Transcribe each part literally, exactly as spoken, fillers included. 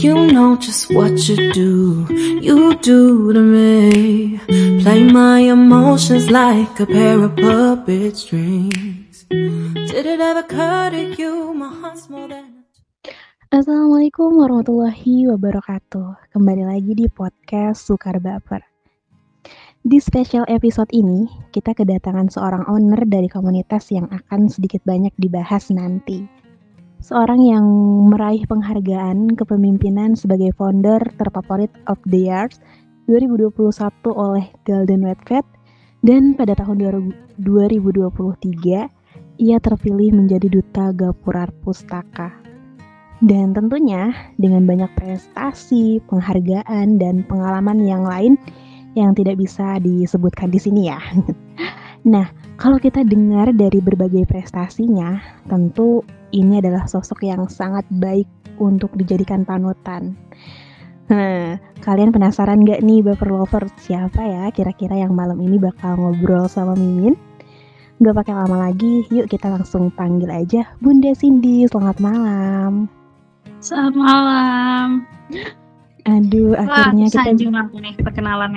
You know just what you do, you do to me. Play my emotions like a pair of puppet strings. Did it ever occur to you, my heart's more than... Assalamualaikum warahmatullahi wabarakatuh. Kembali lagi di podcast Sukar Baper. Di special episode ini, kita kedatangan seorang owner dari komunitas yang akan sedikit banyak dibahas nanti. Seorang yang meraih penghargaan kepemimpinan sebagai founder terfavorit of the year dua ribu dua puluh satu oleh Golden White Vet, dan pada tahun dua ribu dua puluh tiga ia terpilih menjadi duta Gapura Pustaka. Dan tentunya dengan banyak prestasi, penghargaan, dan pengalaman yang lain yang tidak bisa disebutkan di sini ya. Nah, kalau kita dengar dari berbagai prestasinya, tentu ini adalah sosok yang sangat baik untuk dijadikan panutan. Nah, kalian penasaran gak nih Baper Lover, siapa ya kira-kira yang malam ini bakal ngobrol sama Mimin? Gak pakai lama lagi, yuk kita langsung panggil aja Bunda Cindy. Selamat malam. Selamat malam. Aduh, Wah, akhirnya kita sanjung aku nih perkenalannya.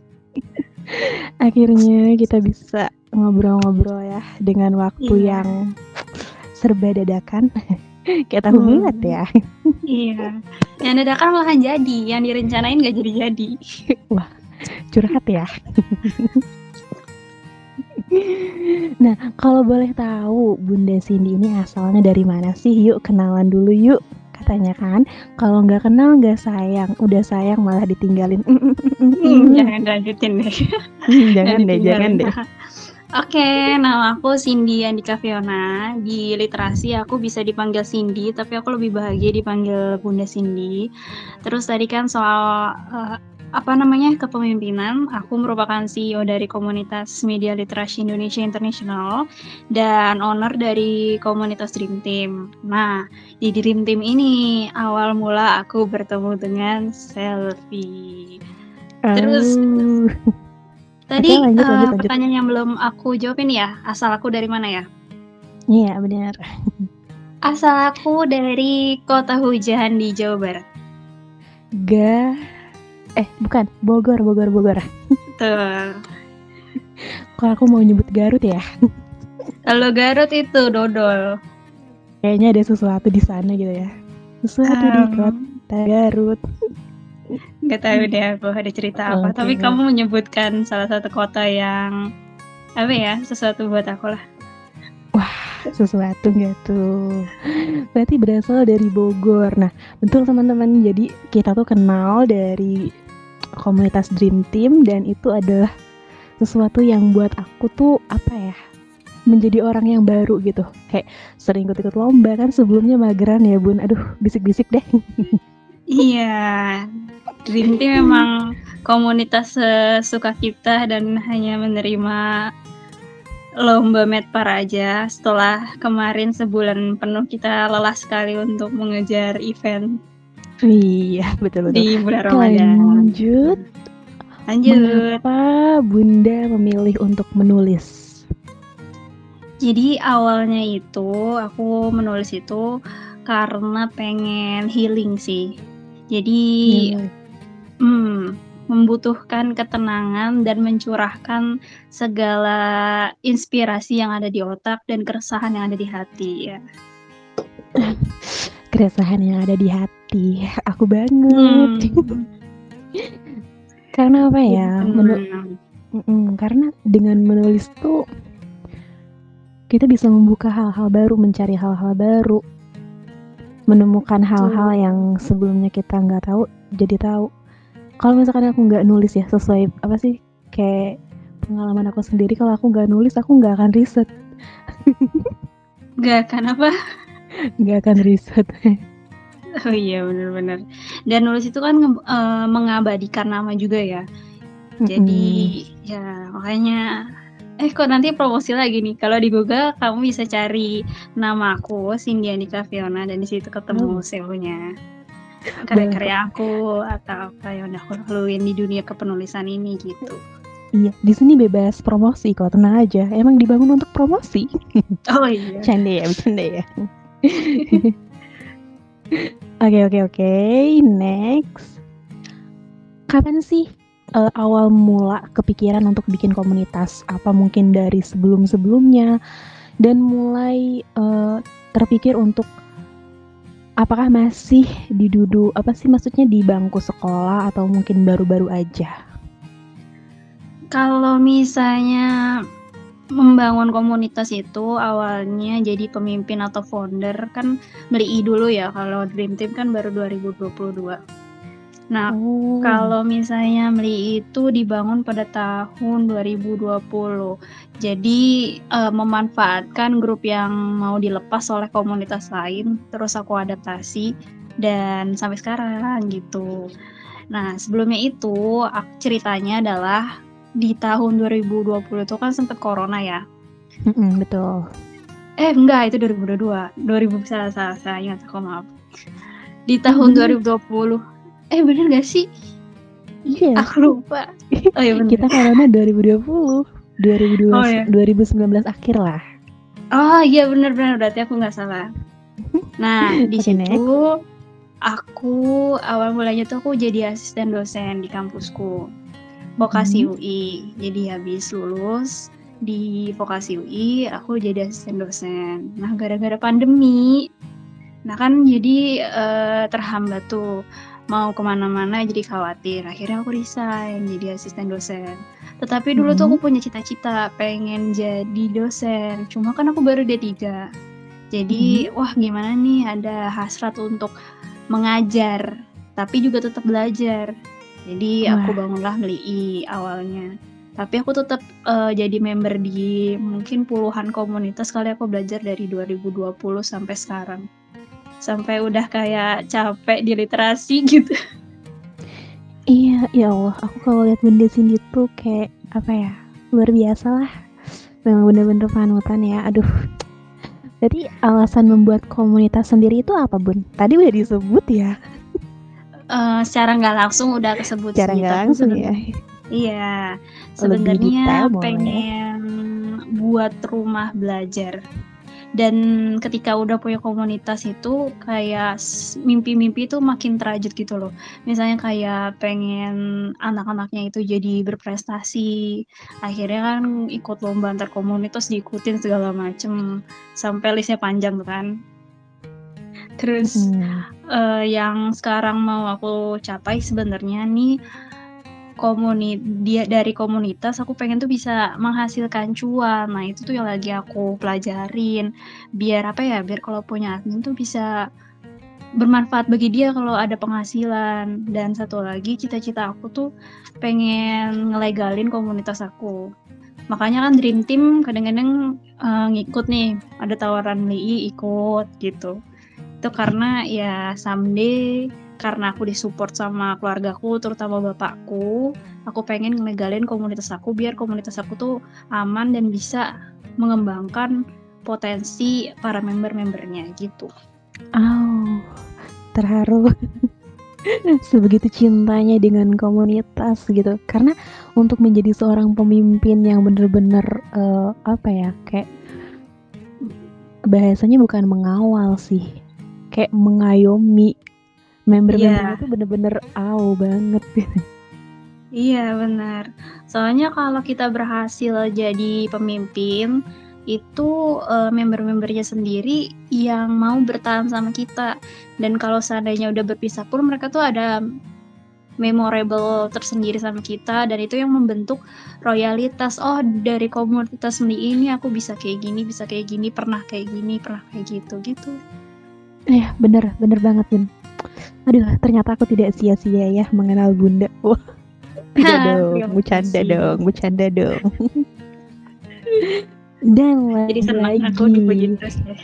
akhirnya kita bisa ngobrol-ngobrol ya dengan waktu Iya. yang serba dadakan. Kayak tahu Hmm. bulat ya. Iya. Yang dadakan malahan jadi, yang direncanain gak jadi-jadi. Wah, curhat ya. Nah, kalau boleh tahu Bunda Cindy ini asalnya dari mana sih? Yuk kenalan dulu yuk. Katanya kan, kalau nggak kenal nggak sayang, udah sayang malah ditinggalin. Hmm, jangan lanjutin deh. Jangan deh, jangan deh. Oke, nama aku Cindy Andika Fiona. Di literasi aku bisa dipanggil Cindy, tapi aku lebih bahagia dipanggil Bunda Cindy. Terus tadi kan soal uh, apa namanya kepemimpinan, aku merupakan C E O dari komunitas Media Literasi Indonesia International dan owner dari komunitas Dream Team. Nah, di Dream Team ini awal mula aku bertemu dengan Selfie. Terus Oh. tadi Oke, lanjut, uh, lanjut, lanjut. pertanyaan yang belum aku jawabin ya, asal aku dari mana ya? Iya benar. Asal aku dari Kota Hujan di Jawa Barat. Ga, eh bukan Bogor, Bogor, Bogor. Tuh. Kalau aku mau nyebut Garut ya, Kalau Garut itu dodol. kayaknya ada sesuatu di sana gitu ya. Sesuatu di Um, kota Garut. Nggak tahu deh aku ada cerita apa. Oke. Tapi kamu menyebutkan salah satu kota yang apa ya, sesuatu buat aku lah. Sesuatu nggak tuh? Berarti berasal dari Bogor. Nah, betul teman-teman. Jadi kita tuh kenal dari komunitas Dream Team dan itu adalah sesuatu yang buat aku tuh apa ya? Menjadi orang yang baru gitu. Kayak sering ikut-ikut lomba kan sebelumnya mageran ya Bun. Aduh, bisik-bisik deh. Iya, Dream Team memang komunitas sesuka kita dan hanya menerima lomba Medpar aja. Setelah kemarin sebulan penuh kita lelah sekali untuk mengejar event Iya, betul-betul. di bulan Ramadan. Lanjut. Lanjut. Mengapa Bunda memilih untuk menulis? Jadi awalnya itu aku menulis itu karena pengen healing sih. Jadi Iya. hmm, membutuhkan ketenangan dan mencurahkan segala inspirasi yang ada di otak dan keresahan yang ada di hati ya. Keresahan yang ada di hati, aku banget. Hmm. Karena apa ya? Menu- Tenang. Mm-mm, karena dengan menulis tuh kita bisa membuka hal-hal baru, mencari hal-hal baru, menemukan hal-hal yang sebelumnya kita nggak tahu jadi tahu. Kalau misalkan aku nggak nulis ya sesuai apa sih kayak pengalaman aku sendiri, kalau aku nggak nulis aku nggak akan riset, Gak akan apa? nggak akan riset. Oh iya benar-benar. Dan nulis itu kan nge- eh, mengabadikan nama juga ya. Jadi ya makanya eh kok nanti promosi lagi nih. Kalau di Google kamu bisa cari nama aku Cindy Andika Fiona dan di situ ketemu Oh. S E O-nya. Karya-karya aku atau apa yang udah aku laluin di dunia kepenulisan ini gitu. Iya, di sini bebas promosi kok, tenang aja. Emang dibangun untuk promosi. Oh iya. Canda ya, bercanda ya. Oke oke oke, next. Kapan sih uh, awal mula kepikiran untuk bikin komunitas? Apa mungkin dari sebelum-sebelumnya? Dan mulai uh, terpikir untuk apakah masih di duduk apa sih maksudnya di bangku sekolah atau mungkin baru-baru aja? Kalau misalnya membangun komunitas itu awalnya jadi pemimpin atau founder kan M L I dulu ya, kalau Dream Team kan baru dua ribu dua puluh dua. Nah, Oh. kalau misalnya M L I itu dibangun pada tahun dua ribu dua puluh. Jadi uh, memanfaatkan grup yang mau dilepas oleh komunitas lain, terus aku adaptasi dan sampai sekarang gitu. Nah, sebelumnya itu aku ceritanya adalah di tahun dua ribu dua puluh itu kan sempat corona ya. Mm-mm, betul. Eh enggak, itu dua ribu dua puluh dua. dua ribu salah salah saya ingat aku maaf. Di tahun bener. dua ribu dua puluh. Eh bener gak sih? Iya. Aku lupa. Oh iya bener. Kita corona dua ribu dua puluh. dua ribu dua puluh, Oh, iya. dua ribu sembilan belas akhir lah. Oh iya bener-bener, berarti aku nggak salah. Nah di Oke, situ next. aku awal mulanya tuh aku jadi asisten dosen di kampusku, Vokasi Mhm. U I. Jadi habis lulus di Vokasi U I aku jadi asisten dosen. Nah gara-gara pandemi, nah kan jadi uh, terhambat tuh mau kemana-mana, jadi khawatir. Akhirnya aku resign jadi asisten dosen. Tetapi dulu tuh aku Mhm. punya cita-cita pengen jadi dosen. Cuma kan aku baru D tiga. Jadi Mhm. wah gimana nih, ada hasrat untuk mengajar tapi juga tetap belajar. Jadi aku Wah. bangunlah M L I awalnya. Tapi aku tetap uh, jadi member di mungkin puluhan komunitas kali. Aku belajar dari dua ribu dua puluh sampai sekarang. Sampai udah kayak capek di literasi gitu. Iya, ya Allah, aku kalau lihat Bunda Cindy tuh kayak apa ya, luar biasa lah. Memang bener-bener panutan ya. Aduh. Jadi alasan membuat komunitas sendiri itu apa, Bun? Tadi udah disebut ya. Uh, secara nggak langsung udah kesebut Secara sih, nggak tapi langsung ya. Iya, Lebih detail sebenarnya boleh. pengen buat rumah belajar. Dan ketika udah punya komunitas itu kayak mimpi-mimpi itu makin terwujud gitu loh. Misalnya kayak pengen anak-anaknya itu jadi berprestasi. Akhirnya kan ikut lomba antar komunitas, diikutin segala macem. Sampai listnya panjang kan. Terus Mm-hmm. uh, yang sekarang mau aku capai sebenarnya nih, komuni dia dari komunitas aku pengen tuh bisa menghasilkan cuan. Nah itu tuh yang lagi aku pelajarin, biar apa ya, biar kalau punya admin tuh bisa bermanfaat bagi dia kalau ada penghasilan. Dan satu lagi cita-cita aku tuh pengen ngelegalin komunitas aku. Makanya kan Dream Team kadang-kadang uh, ngikut nih, ada tawaran M L I ikut gitu. Itu karena ya someday karena aku disupport sama keluargaku, terutama bapakku, aku pengen ngelegalin komunitas aku biar komunitas aku tuh aman dan bisa mengembangkan potensi para member-membernya gitu. Oh, terharu. Sebegitu cintanya dengan komunitas gitu. Karena untuk menjadi seorang pemimpin yang benar-benar uh, apa ya, kayak bahasanya bukan mengawal sih, kayak mengayomi member-membernya tuh bener-bener aw banget gitu. Iya benar. Soalnya kalau kita berhasil jadi pemimpin, itu uh, member-membernya sendiri yang mau bertahan sama kita. Dan kalau seandainya udah berpisah pun mereka tuh ada memorable tersendiri sama kita, dan itu yang membentuk royalitas. Oh dari komunitas M L I ini aku bisa kayak gini, bisa kayak gini, pernah kayak gini, pernah kayak gitu gitu. Eh bener, bener banget Bun. Aduh ternyata aku tidak sia-sia ya mengenal Bunda. Wah tidak dong, bercanda dong, bercanda dong. Dan lagi lagi aku dipuji terus ya.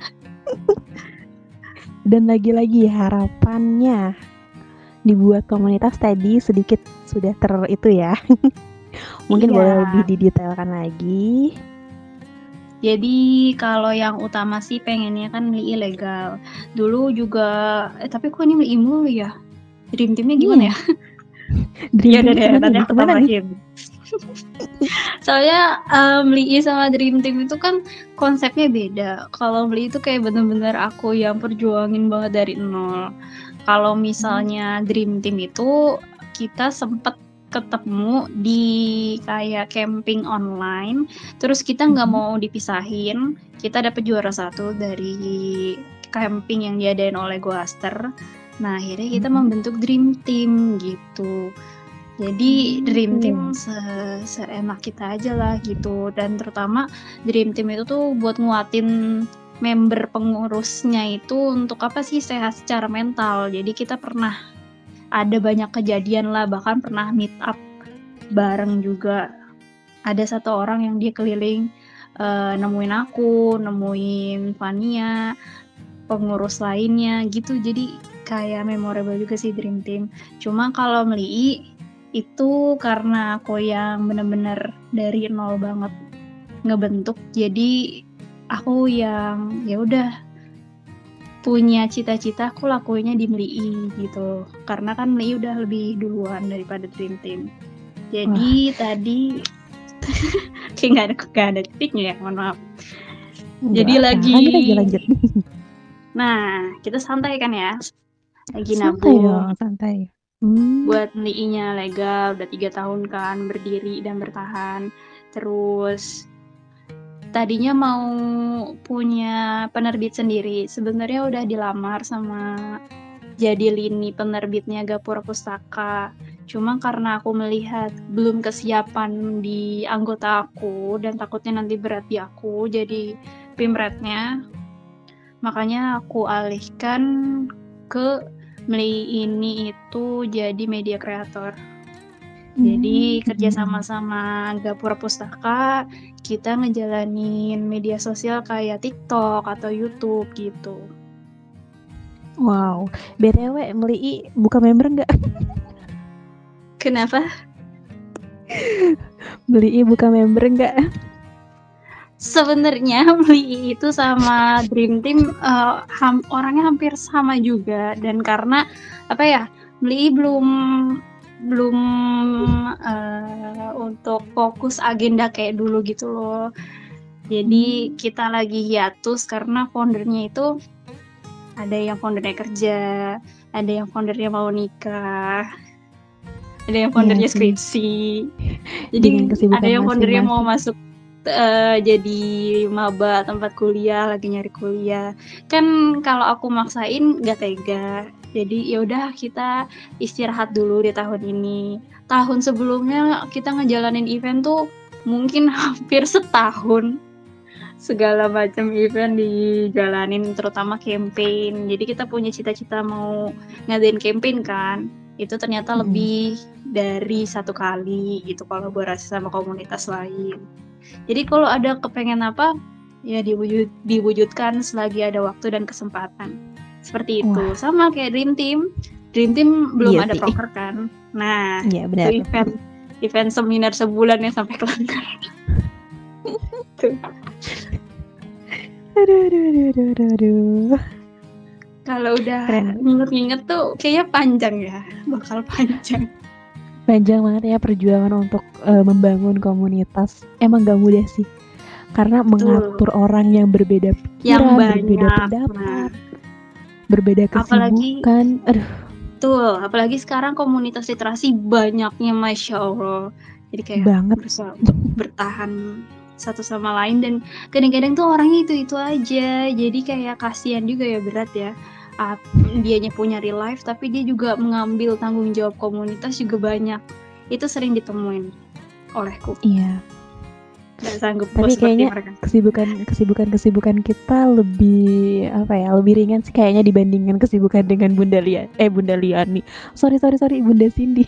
Dan lagi-lagi harapannya dibuat komunitas tadi sedikit sudah ter itu ya. Mungkin iya. Boleh lebih didetailkan lagi. Jadi kalau yang utama sih pengennya kan M L I ilegal. Dulu juga eh tapi kok ini M L I mulu ya? Dream Team-nya gimana iya. ya? Dream ya udah deh, nanti aku tambahin. Soalnya um, Lee sama Dream Team itu kan konsepnya beda. Kalau Lee itu kayak bener-bener aku yang perjuangin banget dari nol. Kalau misalnya Dream Team itu kita sempet ketemu di kayak camping online, terus kita nggak Mhm. mau dipisahin. Kita dapet juara satu dari camping yang diadain oleh Goaster. Nah akhirnya kita Mhm. membentuk Dream Team gitu. Jadi Hmm, Dream iya. Team se- seenak kita aja lah gitu. Dan terutama Dream Team itu tuh buat nguatin member pengurusnya itu untuk apa sih, sehat secara mental. Jadi kita pernah ada banyak kejadian lah, bahkan pernah meet up bareng juga. Ada satu orang yang dia keliling eh, nemuin aku, nemuin Fania, pengurus lainnya gitu. Jadi kayak memorable juga sih Dream Team. Cuma kalau Melii itu karena aku yang bener-bener dari nol banget ngebentuk, jadi aku yang ya udah punya cita-cita aku lakuinnya di Melii gitu. Karena kan Melii udah lebih duluan daripada Dream Team. Jadi tadi kayak nggak ada nggak ada titiknya ya, mohon maaf. Nggak Jadi apa, lagi lanjut aja lanjut. Nah, kita santai kan ya. Lagi Santai nabung dong, santai. Hmm. buat Melii-nya legal, udah tiga tahun kan berdiri dan bertahan. Terus tadinya mau punya penerbit sendiri. Sebenarnya udah dilamar sama jadi lini penerbitnya Gapura Pustaka. Cuma karena aku melihat belum kesiapan di anggota aku dan takutnya nanti berat di aku jadi pimretnya, makanya aku alihkan ke Melii ini itu jadi media kreator. Jadi Hmm. kerja sama-sama Gapura Pustaka, kita ngejalanin media sosial kayak TikTok atau YouTube gitu. Wow, B T W Melii buka member nggak? Kenapa? Melii buka member nggak? Sebenarnya Melii itu sama Dream Team uh, ham, orangnya hampir sama juga, dan karena apa ya, Melii belum belum uh, untuk fokus agenda kayak dulu gitu loh. Jadi kita lagi hiatus karena foundernya itu ada yang foundernya kerja, ada yang foundernya mau nikah, ada yang foundernya Iya sih. skripsi. Jadi Dengan kesibukan ada yang foundernya mau masing-masing. masuk uh, jadi maba tempat kuliah, lagi nyari kuliah. Kan kalau aku maksain gak tega. Jadi ya udah kita istirahat dulu di tahun ini. Tahun sebelumnya kita ngejalanin event tuh mungkin hampir setahun. Segala macam event dijalanin, terutama campaign. Jadi kita punya cita-cita mau ngadain campaign kan. Itu ternyata Hmm. lebih dari satu kali gitu kolaborasi sama komunitas lain. Jadi kalau ada kepengen apa, ya diwujud, diwujudkan selagi ada waktu dan kesempatan. Seperti itu. Wah. Sama kayak Dream Team. Dream Team belum Iya ada sih. proker kan. Nah, Iya benar. itu event event seminar sebulan yang sampai kelar. Tuh. Aduh, aduh, aduh, aduh, aduh, aduh. Kalau udah Keren. nginget-nginget tuh kayaknya panjang ya, bakal panjang. Panjang banget ya perjuangan untuk uh, membangun komunitas. Emang gak mudah sih. Karena Betul. mengatur orang yang berbeda pikiran, Yang berbeda banyak. pendapat, Nah, berbeda apalagi kesibukan. Aduh, betul, apalagi sekarang komunitas literasi banyaknya, masya Allah. Jadi kayak banget. berusaha untuk bertahan satu sama lain, dan kadang-kadang tuh orangnya itu-itu aja. Jadi kayak kasihan juga ya, berat ya. Uh, dianya punya real life tapi dia juga mengambil tanggung jawab komunitas juga banyak. Itu sering ditemuin olehku. Iya. Gak sanggup Tapi kayaknya mereka. kesibukan kesibukan kesibukan kita lebih apa ya, lebih ringan sih kayaknya dibandingkan kesibukan dengan Bunda Lian eh Bunda Liani. Sorry sorry sorry Bunda Cindy.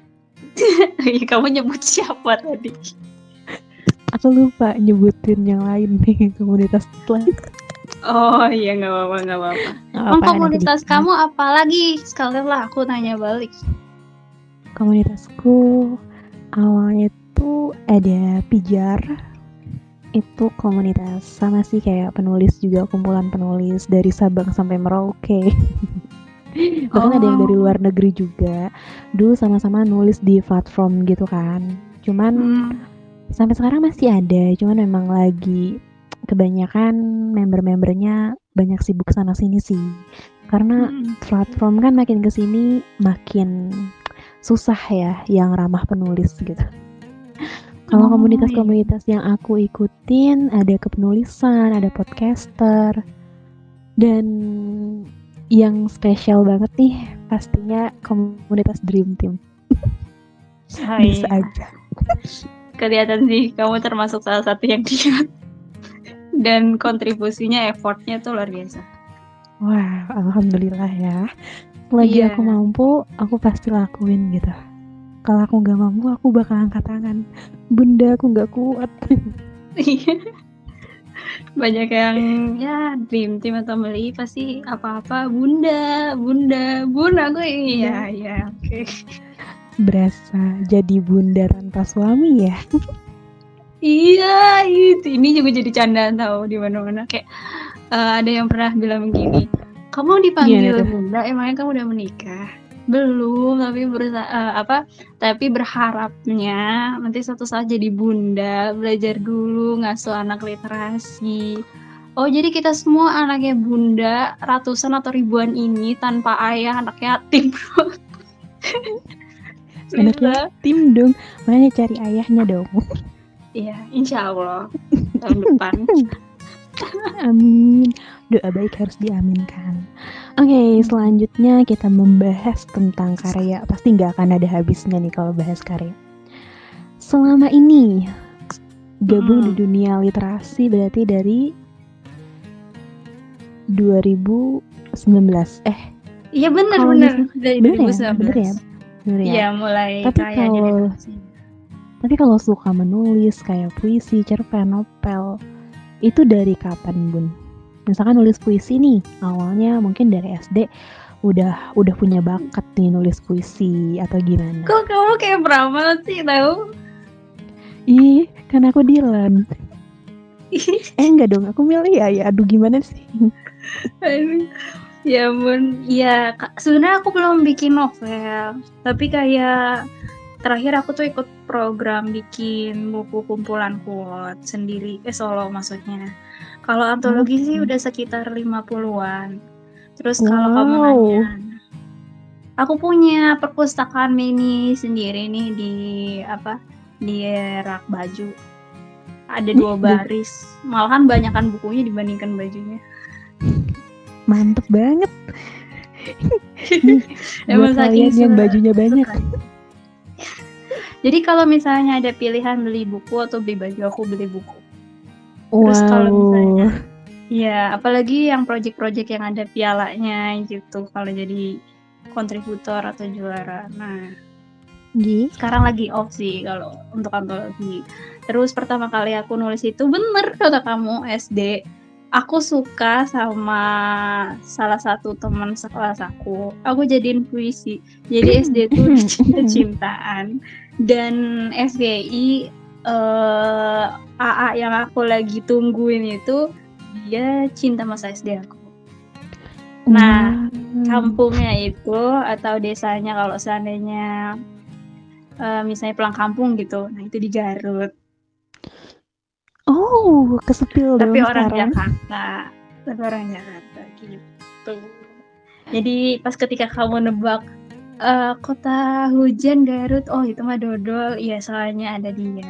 Kamu nyebut siapa tadi? Aku lupa nyebutin yang lain nih, komunitas lain. Oh iya, nggak apa-apa, nggak apa-apa. Emang komunitas kamu apa lagi? Sekalian lah aku tanya balik. Komunitasku awalnya itu ada Pijar. Itu komunitas sama sih kayak penulis juga, kumpulan penulis dari Sabang sampai Merauke. Bahkan oh. ada yang dari luar negeri juga. Dulu sama-sama nulis di platform gitu kan. Cuman hmm. Sampai sekarang masih ada, cuman memang lagi kebanyakan member-membernya banyak sibuk sana sini sih. Karena Mm-mm. platform kan makin kesini makin susah ya yang ramah penulis gitu. Kalau Oh, iya. komunitas-komunitas yang aku ikutin ada kepenulisan, ada podcaster, dan yang spesial banget nih pastinya komunitas Dream Team. Oh, Bisa iya. aja. Kelihatan sih kamu termasuk salah satu yang dia dan kontribusinya, effortnya tuh luar biasa. Wah, alhamdulillah ya. Lagi Iya. aku mampu, aku pasti lakuin gitu. Kalau aku nggak mampu, aku bakal angkat tangan. Bunda, aku nggak kuat. Banyak yang ya Dream Team atau Meli pasti apa-apa bunda, bunda, bunda aku iya, iya, oke. Berasa jadi bunda tanpa suami ya. Iya, itu ini juga jadi candaan tahu di mana-mana kayak eh, ada yang pernah bilang begini, kamu dipanggil Gimana tuh? bunda, emangnya kamu udah menikah? Belum, tapi berusaha eh, apa? Tapi berharapnya nanti suatu saat jadi bunda, belajar dulu ngasuh anak literasi. Oh, jadi kita semua anaknya bunda, ratusan atau ribuan ini tanpa ayah, anak yatim. Anak Bisa. yatim dong. Makanya cari ayahnya dong. Iya, insya Allah tahun depan. Amin. Doa baik harus diaminkan. Oke, okay, selanjutnya kita membahas tentang karya. Pasti nggak akan ada habisnya nih kalau bahas karya. Selama ini gabung Hmm. di dunia literasi berarti dari dua ribu sembilan belas. Eh, Iya benar kalau benar misalnya- dari bener dua ribu ya, sembilan bener belas. ya, bener ya. Iya, mulai Tapi kayaknya kalau literasi. tapi kalau suka menulis kayak puisi, cerpen, novel, itu dari kapan, Bun? Misalkan nulis puisi nih, awalnya mungkin dari S D udah udah punya bakat nih nulis puisi atau gimana? Kok kamu kayak peramal sih tahu? Ih, kan aku Dilan. eh enggak dong, aku milih ya. Ya aduh gimana sih? Aduh. Ya ampun, ya sebenarnya aku belum bikin novel, tapi kayak terakhir aku tuh ikut program bikin buku kumpulan quote sendiri, eh solo maksudnya. Kalau antologi sih udah sekitar lima puluhan. Terus kalau kamu Wow. nanya, aku punya perpustakaan mini sendiri nih di apa di rak baju. Ada dua baris, malahan banyakan bukunya dibandingkan bajunya. Mantep banget. Emang Buat kalian saking yang suka- bajunya banyak. suka. Jadi kalau misalnya ada pilihan beli buku atau beli baju, aku beli buku. Terus kalau misalnya, ya apalagi yang project-project yang ada pialanya gitu, kalau jadi kontributor atau juara. Nah, Gih. sekarang lagi off sih kalau untuk antologi. Terus pertama kali aku nulis itu bener kata kamu S D. Aku suka sama salah satu teman sekelas aku. Aku jadiin puisi. Jadi S D tuh cinta-cintaan. Dan F G I eh, A A yang aku lagi tungguin itu dia cinta masa S D aku. Nah, kampungnya itu atau desanya kalau seandainya uh, misalnya pulang kampung gitu, nah itu di Garut. Oh, kesepil dong Tapi orang sekarang. Jakarta, tapi orang Jakarta gitu. Jadi pas ketika kamu nebak uh, kota hujan Garut, oh itu mah dodol, iya soalnya ada dia.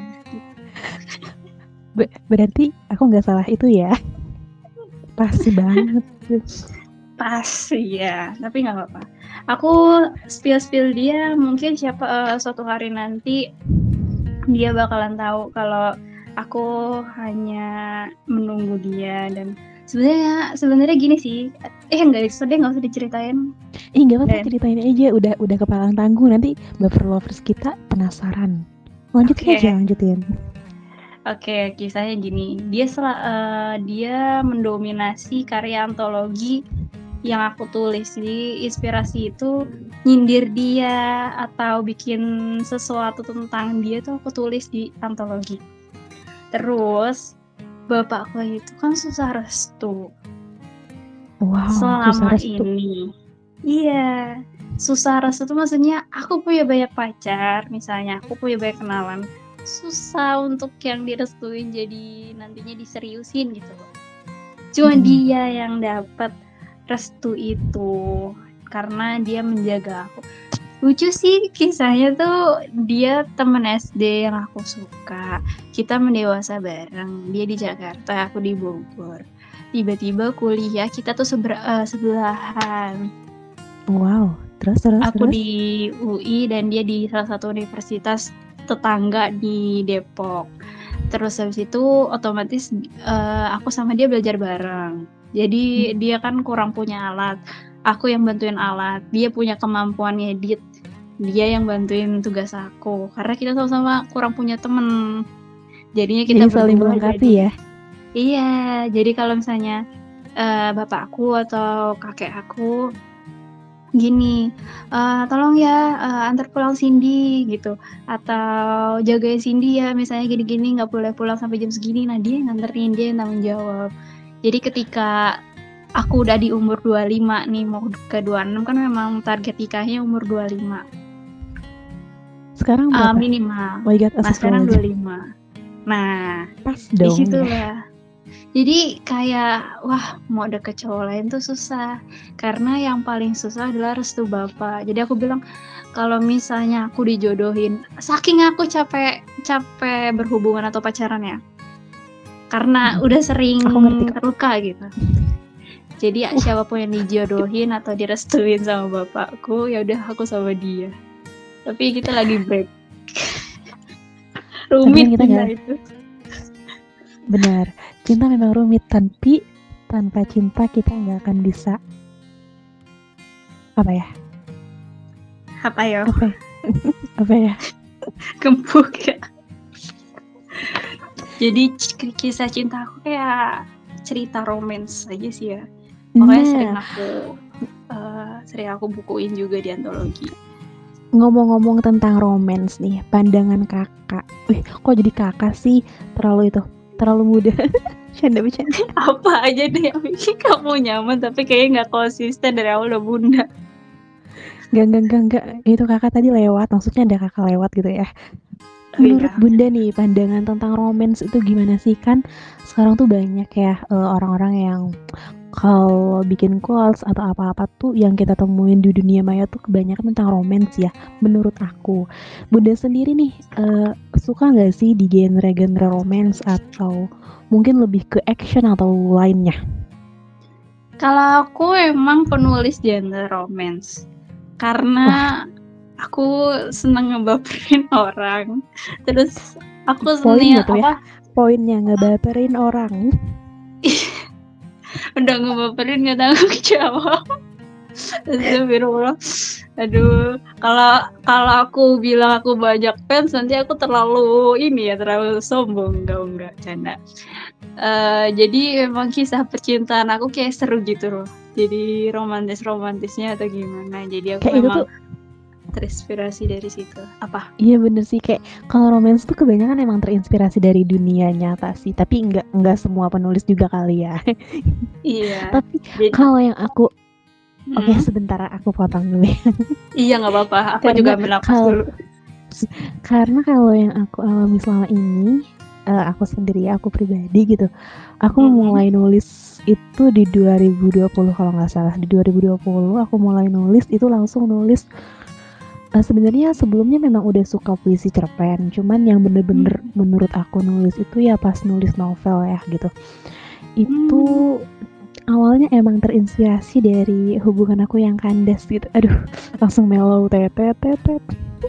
Be- berarti aku nggak salah itu ya? Pasti banget. Pasti ya, tapi nggak apa-apa. Aku spill-spill dia, mungkin siapa uh, suatu hari nanti dia bakalan tahu kalau aku hanya menunggu dia. Dan sebenarnya sebenarnya gini sih, eh nggak usah deh, nggak usah diceritain. Eh nggak apa-apa, ceritain aja. Udah udah kepalang tanggung, nanti baper lovers kita penasaran. Lanjutin okay. aja, lanjutin. Oke, okay, kisahnya gini. Dia sel- uh, dia mendominasi karya antologi yang aku tulis. Jadi inspirasi itu nyindir dia atau bikin sesuatu tentang dia tuh aku tulis di antologi. Terus bapakku itu kan susah restu. Wow, selama susah restu. ini. Iya, susah restu tuh maksudnya aku punya banyak pacar, misalnya aku punya banyak kenalan. susah untuk yang direstuin jadi nantinya diseriusin gitu loh. Cuma Mm-mm. dia yang dapat restu itu karena dia menjaga aku. Lucu sih kisahnya tuh, dia temen S D yang aku suka. Kita mendewasa bareng. Dia di Jakarta, aku di Bogor. Tiba-tiba kuliah kita tuh seber- eh, sebelahan. Wow, terus terus Aku terus. di U I dan dia di salah satu universitas tetangga di Depok. Terus habis itu otomatis eh, aku sama dia belajar bareng. Jadi Hmm. dia kan kurang punya alat, aku yang bantuin alat. Dia punya kemampuan ngedit, dia yang bantuin tugas aku. Karena kita sama-sama kurang punya temen, jadinya kita Jadi saling berdua melengkapi jadi ya. iya. Jadi kalau misalnya eh, bapakku atau kakek aku gini, eee, "Tolong ya, eee, antar pulang Cindy," gitu, atau "Jagain Cindy ya, misalnya gini-gini, nggak boleh pulang sampai jam segini." Nah, dia yang nganterin, dia yang tanggung jawab. Jadi ketika aku udah di umur dua puluh lima nih, mau ke dua puluh enam kan memang target nikahnya umur dua puluh lima. Sekarang Eee, berapa? minimal. Oh my god, Nah, sekarang astagfirullahaladzim. dua puluh lima. Nah, Pas di dong ya. situlah. Jadi kayak, wah mau deket cowok lain tuh susah. Karena yang paling susah adalah restu bapak. Jadi aku bilang, kalau misalnya aku dijodohin, saking aku capek capek berhubungan atau pacaran ya. Karena Mm-mm. udah sering Aku ngerti kok. terluka gitu. Jadi Uh, siapapun yang dijodohin atau direstuin sama bapakku, ya udah aku sama dia. Tapi kita lagi break. tapi Rumit kan kita cinta nggak itu. benar. Cinta memang rumit, tapi tanpa cinta kita nggak akan bisa apa ya? Apa ya? Apa ya? Apa ya? Gembuk ya. Jadi c- kisah cinta aku kayak cerita romance aja sih ya. Makanya sering Nah, aku eh, sering aku bukuin juga di antologi. ngomong-ngomong tentang romance nih, pandangan kakak. Wih, kok jadi kakak sih? Terlalu itu, terlalu muda. Canda bercanda. Apa aja deh yang bikin kamu nyaman tapi kayaknya nggak konsisten dari awal udah bunda. Gak, gak, gak, gak. Itu kakak tadi lewat, maksudnya ada kakak lewat gitu ya. Oh Menurut iya. Bunda nih, pandangan tentang romance itu gimana sih? Kan sekarang tuh banyak ya eh, orang-orang yang kalau bikin quotes atau apa-apa tuh yang kita temuin di dunia maya tuh kebanyakan tentang romance ya, menurut aku. Bunda sendiri nih, eh, suka nggak sih di genre-genre romance atau mungkin lebih ke action atau lainnya? Kalau aku emang penulis genre romance karena Wah, aku seneng ngebaperin orang. Terus aku poinnya seneng tuh ya, apa? poinnya ngebaperin orang. Udah ngebaperin nggak tanggung jawab. Astagfirullah. Aduh, kalau kalau aku bilang aku banyak fans nanti aku terlalu ini ya, terlalu sombong. Enggak, enggak, canda. Eh, jadi memang kisah percintaan aku kayak seru gitu loh. Jadi romantis-romantisnya atau gimana. Jadi aku Kayak itu memang tuh, terinspirasi dari situ. Apa? iya bener sih, kayak kalau romance tuh kebanyakan emang terinspirasi dari dunia nyata sih, tapi nggak nggak semua penulis juga kali ya. Iya. Tapi Jadi, kalau yang aku, oke hmm, sebentar aku potong dulu ya. iya nggak apa-apa. Aku Karena juga ambil napas kalau dulu. karena kalau yang aku alami selama ini, eh, aku sendiri ya, aku pribadi gitu, aku Mm-mm. mulai nulis itu di dua ribu dua puluh kalau nggak salah. Di dua ribu dua puluh aku mulai nulis itu langsung nulis. Eh, sebenarnya sebelumnya memang udah suka puisi cerpen, cuman yang bener-bener Hmm. menurut aku nulis itu ya pas nulis novel ya gitu. Itu Hmm. awalnya emang terinspirasi dari hubungan aku yang kandas gitu. Aduh, langsung mellow tetet tetet.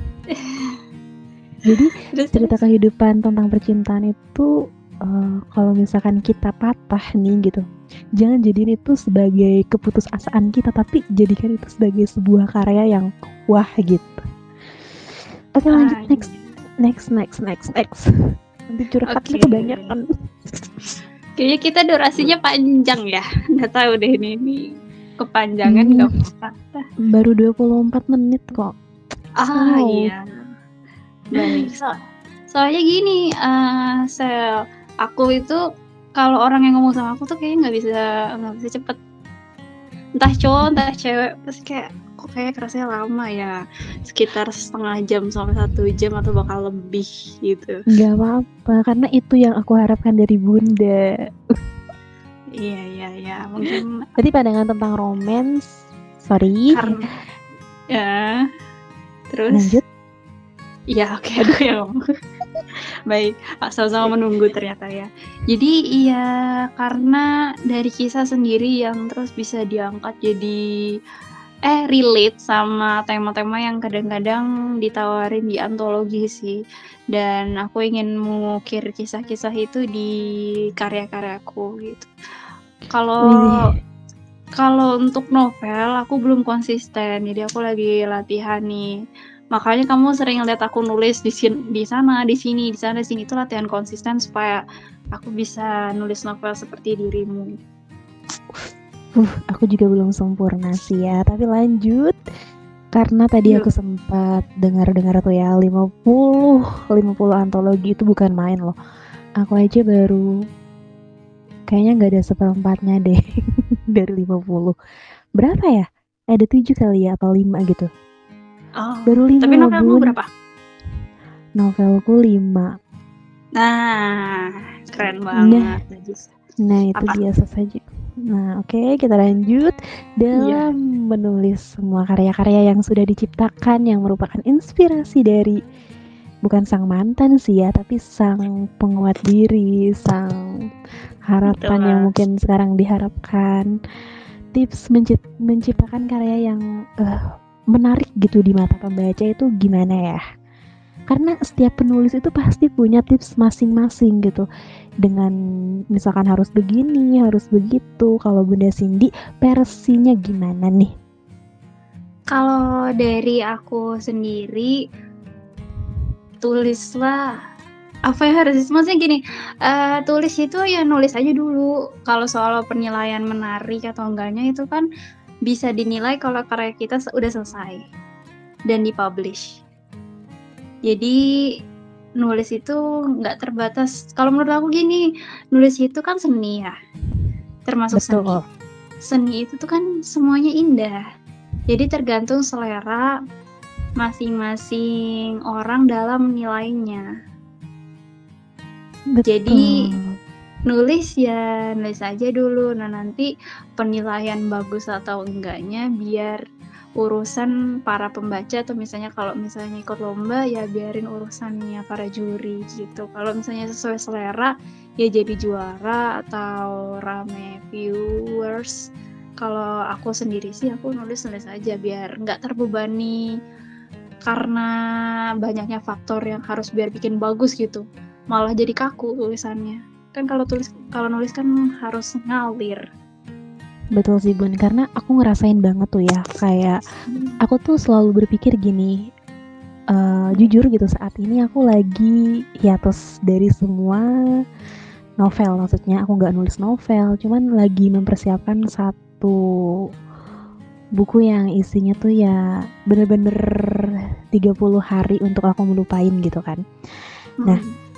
Jadi Terus cerita terus. kehidupan tentang percintaan itu uh, kalau misalkan kita patah nih gitu, jangan jadiin itu sebagai keputusasaan kita, tapi jadikan itu sebagai sebuah karya yang wah gitu. Oke lanjut Ah, next iya. next next next next. Nanti curhatnya Oke. kebanyakan. Kayaknya kita durasinya panjang ya. Nggak tahu deh ini, ini kepanjangan Hmm, nggak apa-apa. baru dua puluh empat menit kok. Ah Wow. iya. Baik. So, soalnya gini, eh sel, aku itu kalau orang yang ngomong sama aku tuh kayaknya nggak bisa nggak bisa cepet. Entah cowok entah cewek, terus kayak kok kayak kerasanya lama ya, sekitar setengah jam sampai satu jam atau bakal lebih gitu. Nggak apa-apa, karena itu yang aku harapkan dari Bunda. Iya iya iya, mungkin Jadi pandangan tentang romance, sorry. karena ya terus Lanjut. ya oke aku yang ngomong. Baik, sama-sama menunggu ternyata ya. Jadi iya karena dari kisah sendiri yang terus bisa diangkat jadi eh relate sama tema-tema yang kadang-kadang ditawarin di antologi sih. Dan aku ingin mengukir kisah-kisah itu di karya-karyaku gitu. Kalau Widih. kalau untuk novel aku belum konsisten, jadi aku lagi latihan nih. Makanya kamu sering lihat aku nulis di sin- di sana, di sini, di sana, di sini itu latihan konsisten supaya aku bisa nulis novel seperti dirimu. Uh, aku juga belum sempurna sih ya, tapi lanjut. Karena tadi Yuk. aku sempat dengar-dengar tuh ya, lima puluh antologi itu bukan main loh. Aku aja baru kayaknya nggak ada seperempatnya deh dari lima puluh. Berapa ya? Ada tujuh kali ya atau lima gitu. Oh, Baru lima tapi loh, novelmu Bun. berapa? Novelku lima. Nah, keren banget. Najis. Nah, itu Apa? biasa saja. Nah, oke, okay, kita lanjut dalam Iya. menulis semua karya-karya yang sudah diciptakan yang merupakan inspirasi dari bukan sang mantan sih ya, tapi sang penguat diri, sang harapan Betul. yang mungkin sekarang diharapkan. Tips mencipt- menciptakan karya yang uh, menarik gitu di mata pembaca itu gimana ya? Karena setiap penulis itu pasti punya tips masing-masing gitu. Dengan misalkan harus begini, harus begitu. Kalau Bunda Cindy, versinya gimana nih? Kalau dari aku sendiri, tulislah apa ya harus maksudnya gini, uh, tulis itu ya nulis aja dulu. Kalau soal penilaian menarik atau enggaknya itu kan bisa dinilai kalau karya kita udah selesai dan dipublish. Jadi nulis itu nggak terbatas. Kalau menurut aku gini, nulis itu kan seni ya, termasuk Betul. seni. Seni itu tuh kan semuanya indah. Jadi tergantung selera masing-masing orang dalam menilainya. Betul. Jadi nulis ya nulis aja dulu. Nah nanti penilaian bagus atau enggaknya biar urusan para pembaca atau misalnya kalau misalnya ikut lomba ya biarin urusannya para juri gitu. Kalau misalnya sesuai selera ya jadi juara atau rame viewers. Kalau aku sendiri sih aku nulis-nulis aja biar nggak terbebani karena banyaknya faktor yang harus biar bikin bagus gitu. Malah jadi kaku tulisannya. Kan kalau tulis kalau nulis kan harus ngalir. Betul sih Bun, karena aku ngerasain banget tuh ya, kayak aku tuh selalu berpikir gini, uh, jujur gitu saat ini aku lagi hiatus dari semua novel, maksudnya aku nggak nulis novel, cuman lagi mempersiapkan satu buku yang isinya tuh ya bener-bener tiga puluh hari untuk aku melupain gitu kan. Nah, hmm.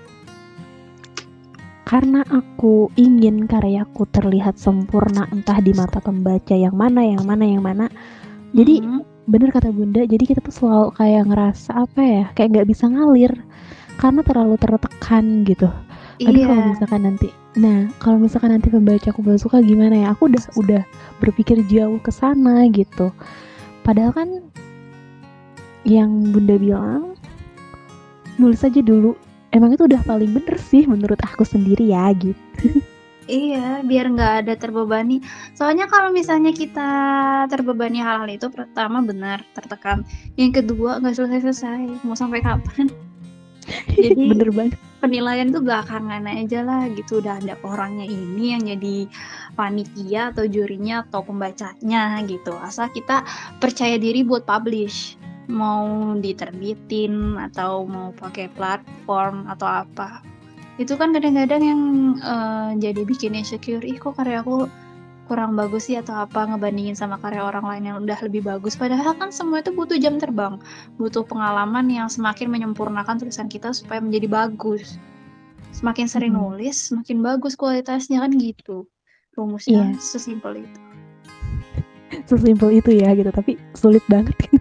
Karena aku ingin karyaku terlihat sempurna entah di mata pembaca yang mana, yang mana, yang mana. Jadi mm-hmm. bener kata Bunda, jadi kita tuh selalu kayak ngerasa apa ya, kayak nggak bisa ngalir karena terlalu tertekan gitu. Aduh iya. Kalau misalkan nanti, nah kalau misalkan nanti pembaca aku gak suka gimana ya? Aku udah udah berpikir jauh ke sana gitu. Padahal kan yang Bunda bilang nulis aja dulu. Emang itu udah paling bener sih menurut aku sendiri ya gitu. Iya, biar nggak ada terbebani. Soalnya kalau misalnya kita terbebani hal-hal itu, pertama benar tertekan. Yang kedua nggak selesai-selesai. Mau sampai kapan? Jadi bener banget. Penilaian itu belakangan aja lah gitu. Udah ada orangnya ini yang jadi panitia atau jurinya atau pembacanya gitu. Asal kita percaya diri buat publish. Mau diterbitin atau mau pakai platform atau apa, itu kan kadang-kadang yang uh, jadi bikin insecure, ih kok karya aku kurang bagus sih atau apa ngebandingin sama karya orang lain yang udah lebih bagus. Padahal kan semua itu butuh jam terbang, butuh pengalaman yang semakin menyempurnakan tulisan kita supaya menjadi bagus. Semakin sering hmm. nulis, semakin bagus kualitasnya kan gitu. Rumusnya yeah. Sesimpel itu. sesimpel itu ya gitu, tapi sulit banget kan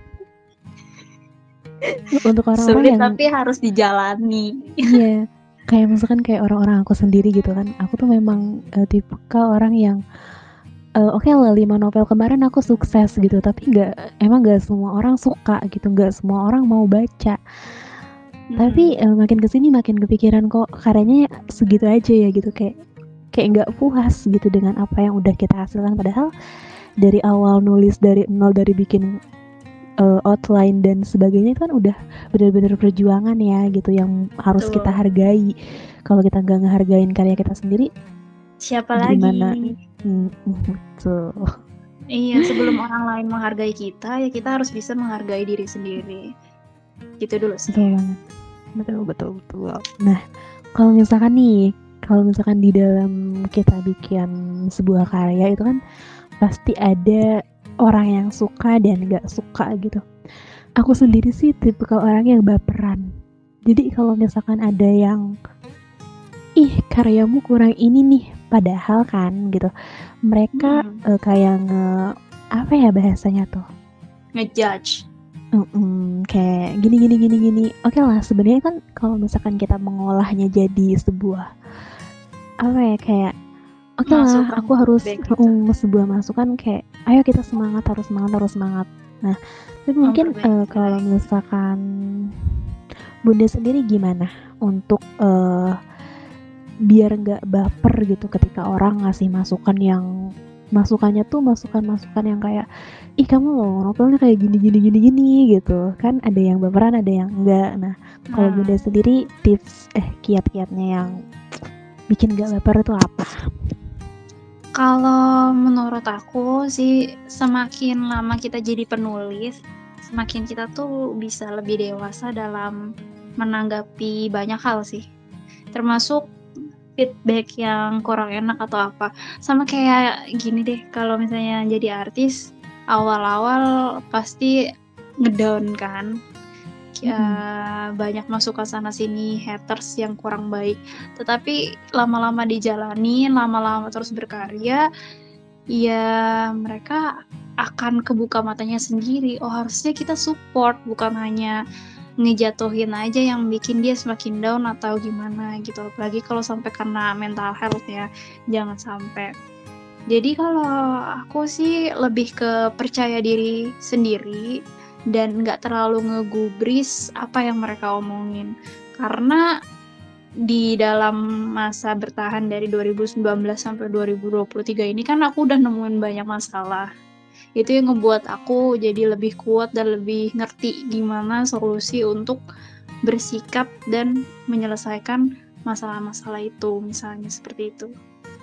untuk orang-orang Sulit yang tapi harus dijalani. iya, kayak misalkan kayak orang-orang aku sendiri gitu kan, aku tuh memang uh, tipikal orang yang uh, oke okay lah lima novel kemarin aku sukses gitu, tapi nggak, emang nggak semua orang suka gitu, nggak semua orang mau baca. Hmm. Tapi uh, makin kesini makin kepikiran kok karyanya segitu aja ya gitu, kayak kayak nggak puas gitu dengan apa yang udah kita hasilkan, padahal dari awal nulis dari nol, dari bikin uh, outline dan sebagainya kan udah benar-benar perjuangan ya gitu, yang harus Betul. kita hargai. Kalau kita nggak ngehargain karya kita sendiri, Siapa gimana? lagi? Hmm, betul. Iya, sebelum orang lain menghargai kita, ya kita harus bisa menghargai diri sendiri. Gitu dulu sih. Betul banget. Betul, betul, betul. Nah, kalau misalkan nih, kalau misalkan di dalam kita bikin sebuah karya itu kan pasti ada orang yang suka dan gak suka gitu. Aku sendiri sih tipikal orang yang baperan. Jadi kalau misalkan ada yang, ih karyamu kurang ini nih, padahal kan gitu, mereka Hmm. uh, kayak nge, apa ya bahasanya tuh, ngejudge. Mm-mm, kayak gini gini gini gini. Oke okay lah, sebenarnya kan kalau misalkan kita mengolahnya jadi sebuah apa ya, kayak oke okay lah, Masukan aku harus feedback gitu. um, sebuah masukan kayak ayo kita semangat, harus semangat, harus semangat. Nah, tapi mungkin uh, kalau misalkan Bunda sendiri gimana untuk uh, biar nggak baper gitu ketika orang ngasih masukan yang masukannya tuh masukan-masukan yang kayak ih kamu loh novelnya kayak gini gini gini gini gitu kan, ada yang baperan ada yang enggak. Nah kalau Nah, Bunda sendiri tips eh kiat-kiatnya yang bikin gak baper itu apa? kalau menurut aku sih semakin lama kita jadi penulis, semakin kita tuh bisa lebih dewasa dalam menanggapi banyak hal sih, termasuk feedback yang kurang enak atau apa. Sama kayak gini deh, kalau misalnya jadi artis awal-awal pasti ngedown kan, ya, Mm-hmm. banyak masukan sana sini, haters yang kurang baik, tetapi lama-lama dijalani, lama-lama terus berkarya, ya mereka akan kebuka matanya sendiri. Oh harusnya kita support, bukan hanya ngejatuhin aja yang bikin dia semakin down atau gimana gitu. Apalagi kalau sampai kena mental health ya, jangan sampai. Jadi kalau aku sih lebih ke percaya diri sendiri dan nggak terlalu ngegubris apa yang mereka omongin, karena di dalam masa bertahan dari dua ribu sembilan belas sampai dua ribu dua puluh tiga ini kan aku udah nemuin banyak masalah. Itu yang ngebuat aku jadi lebih kuat dan lebih ngerti gimana solusi untuk bersikap dan menyelesaikan masalah-masalah itu, misalnya seperti itu.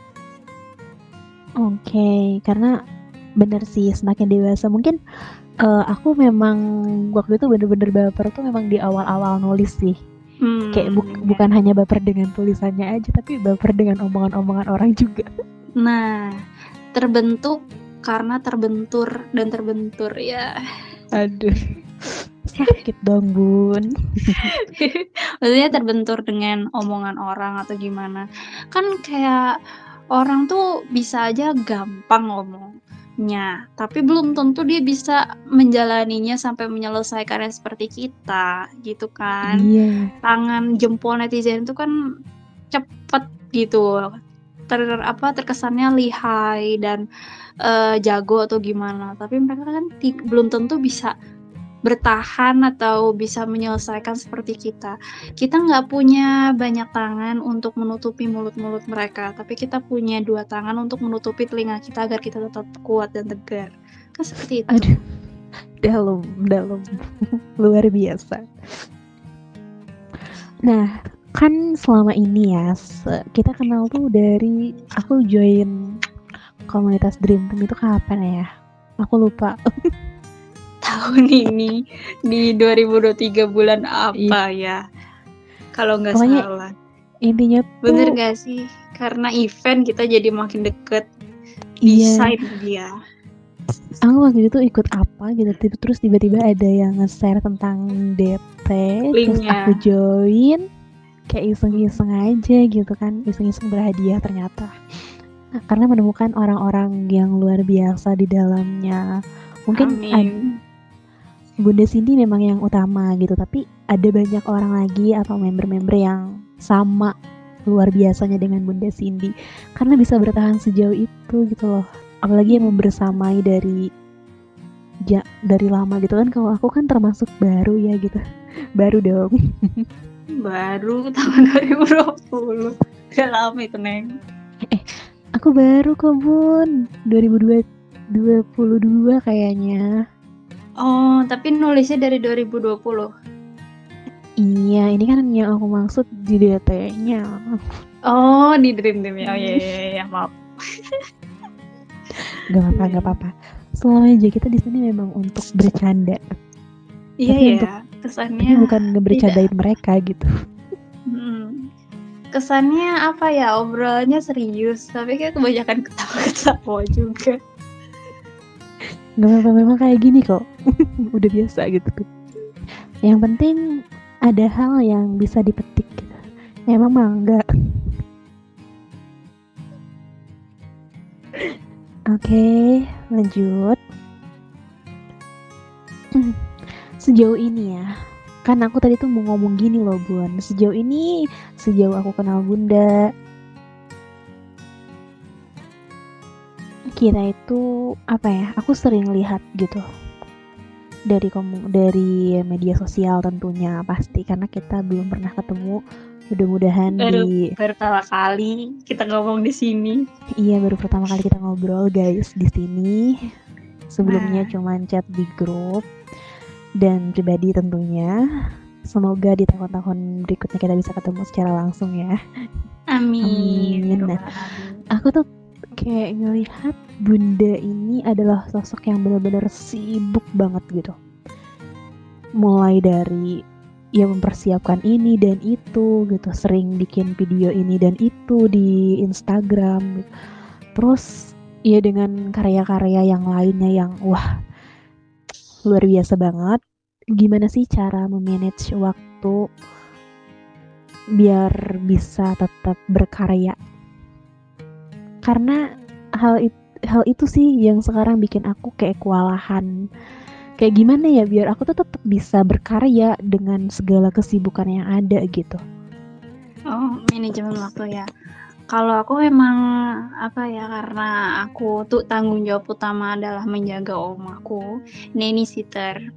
Oke, okay, karena bener sih semakin dewasa mungkin uh, aku memang waktu itu bener-bener baper tuh memang di awal-awal nulis sih. Hmm, kayak bu- ya. Bukan hanya baper dengan tulisannya aja, tapi baper dengan omongan-omongan orang juga. Nah, terbentuk karena terbentur dan terbentur ya. Aduh, sakit dong Bun. Maksudnya terbentur dengan omongan orang atau gimana. Kan kayak orang tuh bisa aja gampang ngomongnya, tapi belum tentu dia bisa menjalaninya sampai menyelesaikannya seperti kita, gitu kan. Iya. Tangan jempol netizen itu kan cepet gitu. Ter, apa terkesannya lihai dan uh, jago atau gimana, tapi mereka kan t- belum tentu bisa bertahan atau bisa menyelesaikan seperti kita. Kita nggak punya banyak tangan untuk menutupi mulut-mulut mereka, tapi kita punya dua tangan untuk menutupi telinga kita agar kita tetap kuat dan tegar. Kan seperti itu. Aduh, dalam, dalam, luar biasa. Nah, kan selama ini ya kita kenal tuh dari aku join komunitas Dream Team itu kapan ya? Aku lupa. Tahun ini di dua ribu dua puluh tiga bulan apa ya? Kalau nggak salah. Intinya tuh bener gak sih? Karena event kita jadi makin deket. Desain iya. dia. Aku waktu itu ikut apa gitu, terus tiba-tiba ada yang nge-share tentang D T, terus aku join, kayak iseng-iseng aja gitu kan, iseng-iseng berhadiah ternyata. karena menemukan orang-orang yang luar biasa di dalamnya. Mungkin ad- Amin. Bunda Cindy memang yang utama gitu, tapi ada banyak orang lagi atau member-member yang sama luar biasanya dengan Bunda Cindy karena bisa bertahan sejauh itu gitu loh. Apalagi yang membersamai dari ja, dari lama gitu kan. Kalau aku kan termasuk baru ya gitu. Baru dong. Baru tahun dua ribu dua puluh. Udah lama itu, Neng. Aku baru kok, Bun. dua ribu dua puluh dua kayaknya. Oh, tapi nulisnya dari dua ribu dua puluh. Iya, ini kan yang aku maksud di D T-nya. Oh, di Dream Team ya. Oh iya iya iya, maaf. Gak apa-apa, gak apa-apa. Selama aja kita di sini memang untuk bercanda. Iya Tapi ya, untuk kesannya tapi bukan ngebercandain tidak. mereka gitu. Hmm. Kesannya apa ya, obrolannya serius, tapi kayak kebanyakan ketawa-ketawa juga. Gak apa-apa, memang kayak gini kok. Udah biasa gitu. Yang penting ada hal yang bisa dipetik gitu. Ya emang enggak. Oke, lanjut. Sejauh ini ya, kan aku tadi tuh mau ngomong gini loh Bun. Sejauh ini, sejauh aku kenal Bunda, kita itu apa ya? Aku sering lihat gitu dari komu- dari media sosial tentunya pasti karena kita belum pernah ketemu. Mudah-mudahan Baru di pertama kali kita ngomong di sini. iya baru pertama kali kita ngobrol guys di sini. Sebelumnya Nah. cuman chat di grup dan pribadi tentunya. Semoga di tahun-tahun berikutnya kita bisa ketemu secara langsung ya. Amin. Amin. Nah, aku tuh kayak ngelihat Bunda ini adalah sosok yang benar-benar sibuk banget gitu. Mulai dari ya mempersiapkan ini dan itu gitu, sering bikin video ini dan itu di Instagram gitu. Terus ya dengan karya-karya yang lainnya yang wah luar biasa banget. Gimana sih cara memanage waktu biar bisa tetap berkarya? Karena hal itu hal itu sih yang sekarang bikin aku kayak kewalahan. Kayak gimana ya biar aku tuh tetap bisa berkarya dengan segala kesibukan yang ada gitu. Oh, manajemen waktu ya. Kalau aku memang apa ya, karena aku tuh tanggung jawab utama adalah menjaga om aku, nanny sitter.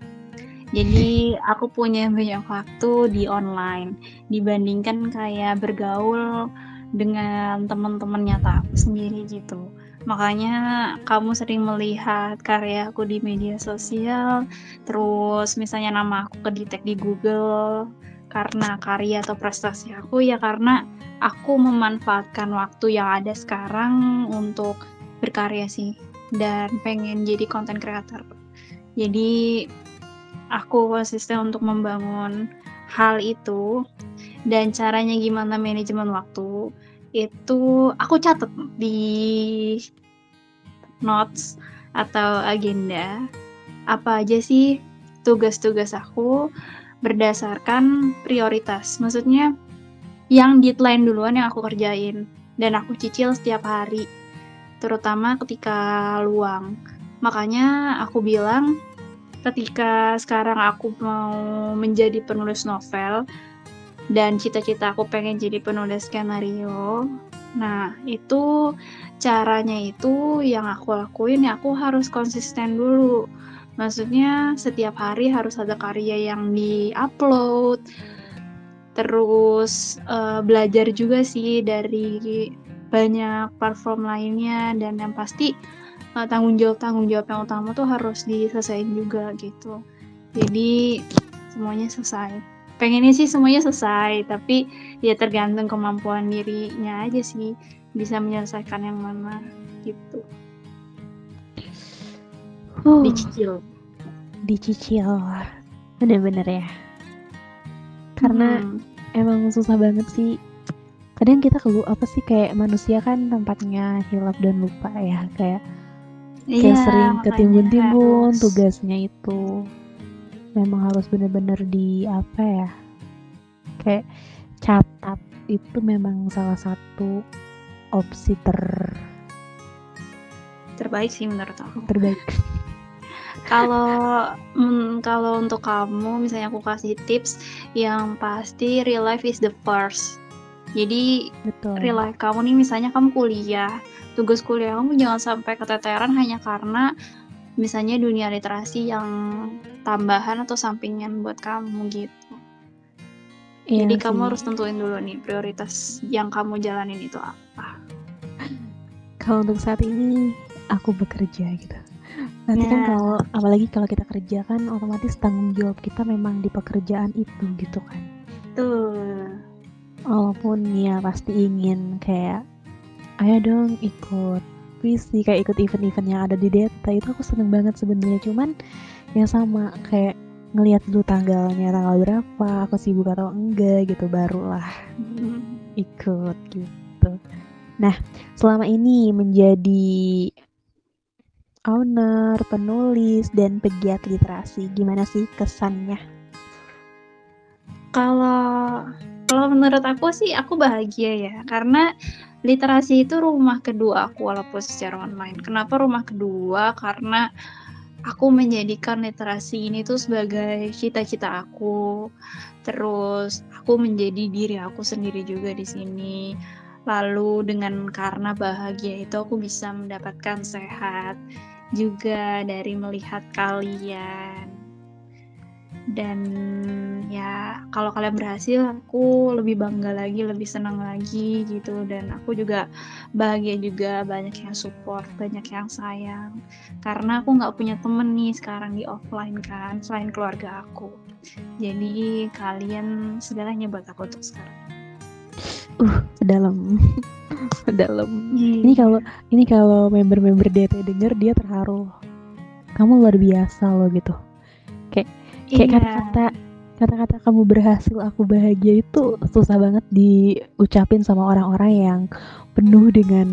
Jadi aku punya banyak waktu di online dibandingkan kayak bergaul dengan teman-teman nyata aku sendiri gitu. Makanya kamu sering melihat karya aku di media sosial, terus misalnya nama aku kedetek di Google karena karya atau prestasi aku, ya karena aku memanfaatkan waktu yang ada sekarang untuk berkarya sih dan pengen jadi content creator. Jadi aku konsisten untuk membangun hal itu, dan caranya gimana manajemen waktu itu aku catat di notes atau agenda apa aja sih tugas-tugas aku berdasarkan prioritas. Maksudnya yang deadline duluan yang aku kerjain dan aku cicil setiap hari, terutama ketika luang. Makanya aku bilang ketika sekarang aku mau menjadi penulis novel dan cita-cita aku pengen jadi penulis skenario, nah itu caranya itu yang aku lakuin ya aku harus konsisten dulu. Maksudnya setiap hari harus ada karya yang di-upload, terus uh, belajar juga sih dari banyak platform lainnya, dan yang pasti uh, tanggung jawab tanggung jawab yang utama tuh harus diselesaikan juga gitu. Jadi semuanya selesai. Pengennya sih semuanya selesai, tapi ya tergantung kemampuan dirinya aja sih bisa menyelesaikan yang mana gitu. Uh, Dicicil. Dicicil. Bener-bener ya. Karena hmm. emang susah banget sih. Kadang kita keluh apa sih kayak manusia kan tempatnya hilaf dan lupa ya, kayak iya, kayak sering ketimbun-timbun harus. Tugasnya itu memang harus benar-benar di apa ya, kayak catat itu memang salah satu opsi ter terbaik sih menurut aku. terbaik. Kalau mm, kalau untuk kamu, misalnya aku kasih tips, yang pasti real life is the first. Jadi Betul. real life kamu nih, misalnya kamu kuliah, tugas kuliah kamu jangan sampai keteteran hanya karena misalnya dunia literasi yang tambahan atau sampingan buat kamu gitu. Iya Jadi sih. kamu harus tentuin dulu nih prioritas yang kamu jalanin itu apa. Kalau untuk saat ini aku bekerja gitu. Nanti kan Nah. kalau apalagi kalau kita kerja kan otomatis tanggung jawab kita memang di pekerjaan itu gitu kan. Tuh. Walaupun ya pasti ingin kayak ayo dong ikut puisi, kayak ikut event-event yang ada di Deta, itu aku seneng banget sebenarnya. Cuman ya sama kayak ngelihat dulu tanggalnya, tanggal berapa, aku sibuk atau enggak gitu, barulah Hmm. ikut gitu. Nah, selama ini menjadi owner, penulis, dan pegiat literasi, gimana sih kesannya? Kalau kalau menurut aku sih aku bahagia ya, karena literasi itu rumah kedua aku walaupun secara online. Kenapa rumah kedua? Karena aku menjadikan literasi ini tuh sebagai cita-cita aku. Terus aku menjadi diri aku sendiri juga di sini. Lalu dengan karena bahagia itu aku bisa mendapatkan sehat juga dari melihat kalian. Dan ya kalau kalian berhasil, aku lebih bangga lagi, lebih senang lagi gitu. Dan aku juga bahagia juga, banyak yang support, banyak yang sayang. Karena aku nggak punya temen nih sekarang di offline kan, selain keluarga aku. Jadi kalian segalanya buat aku untuk sekarang. Uh, dalam, dalam. Yeah. Ini kalau ini kalau member-member D T denger, dia terharu. Kamu luar biasa loh gitu. Kayak kayak Iya. kata-kata kata-kata kamu berhasil, aku bahagia itu susah banget diucapin sama orang-orang yang penuh dengan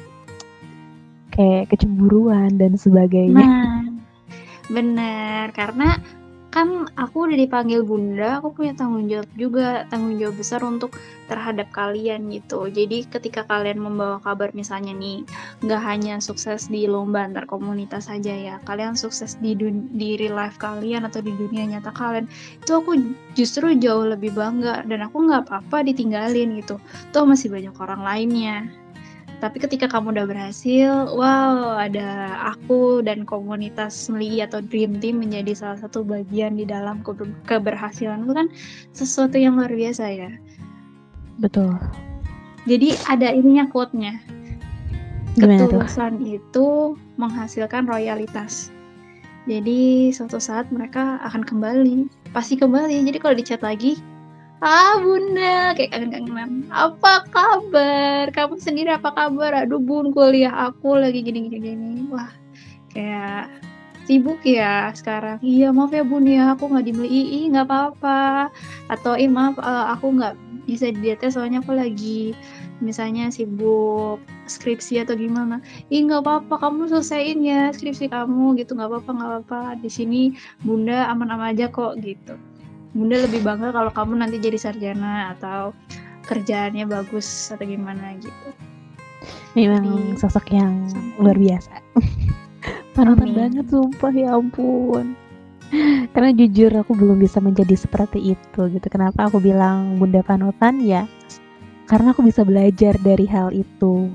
kayak kecemburuan dan sebagainya. Nah, bener, karena kan aku udah dipanggil bunda, aku punya tanggung jawab juga, tanggung jawab besar untuk terhadap kalian gitu. Jadi ketika kalian membawa kabar misalnya nih, nggak hanya sukses di lomba antar komunitas saja ya, kalian sukses di dun- di real life kalian atau di dunia nyata kalian, itu aku justru jauh lebih bangga, dan aku nggak apa-apa ditinggalin gitu. Toh masih banyak orang lainnya. Tapi ketika kamu udah berhasil, wow, ada aku dan komunitas M L I atau Dream Team menjadi salah satu bagian di dalam keber- keberhasilan itu kan sesuatu yang luar biasa ya. Betul. Jadi ada ininya quote-nya. Gimana tuh? Ketulusan itu menghasilkan royalitas. Jadi suatu saat mereka akan kembali, pasti kembali. Jadi kalau dicat lagi, ah bunda, kayak kangen-kangenan, apa kabar? Kamu sendiri apa kabar? Aduh bun, kuliah aku lagi gini-gini gini. Wah, kayak sibuk ya sekarang. Iya maaf ya bun ya, aku nggak di M L I. Ih nggak apa-apa. Atau ih maaf uh, aku nggak bisa di D T soalnya aku lagi misalnya sibuk skripsi atau gimana. Ih nggak apa-apa, kamu selesaiin ya skripsi kamu gitu, nggak apa-apa nggak apa-apa. Di sini bunda aman-aman aja kok gitu. Bunda lebih bangga kalau kamu nanti jadi sarjana atau kerjaannya bagus atau gimana gitu. Memang Jadi, sosok yang sampai- luar biasa. Panutan Amin. banget sumpah, ya ampun. Karena jujur aku belum bisa menjadi seperti itu gitu. Kenapa aku bilang bunda panutan ya? Karena aku bisa belajar dari hal itu.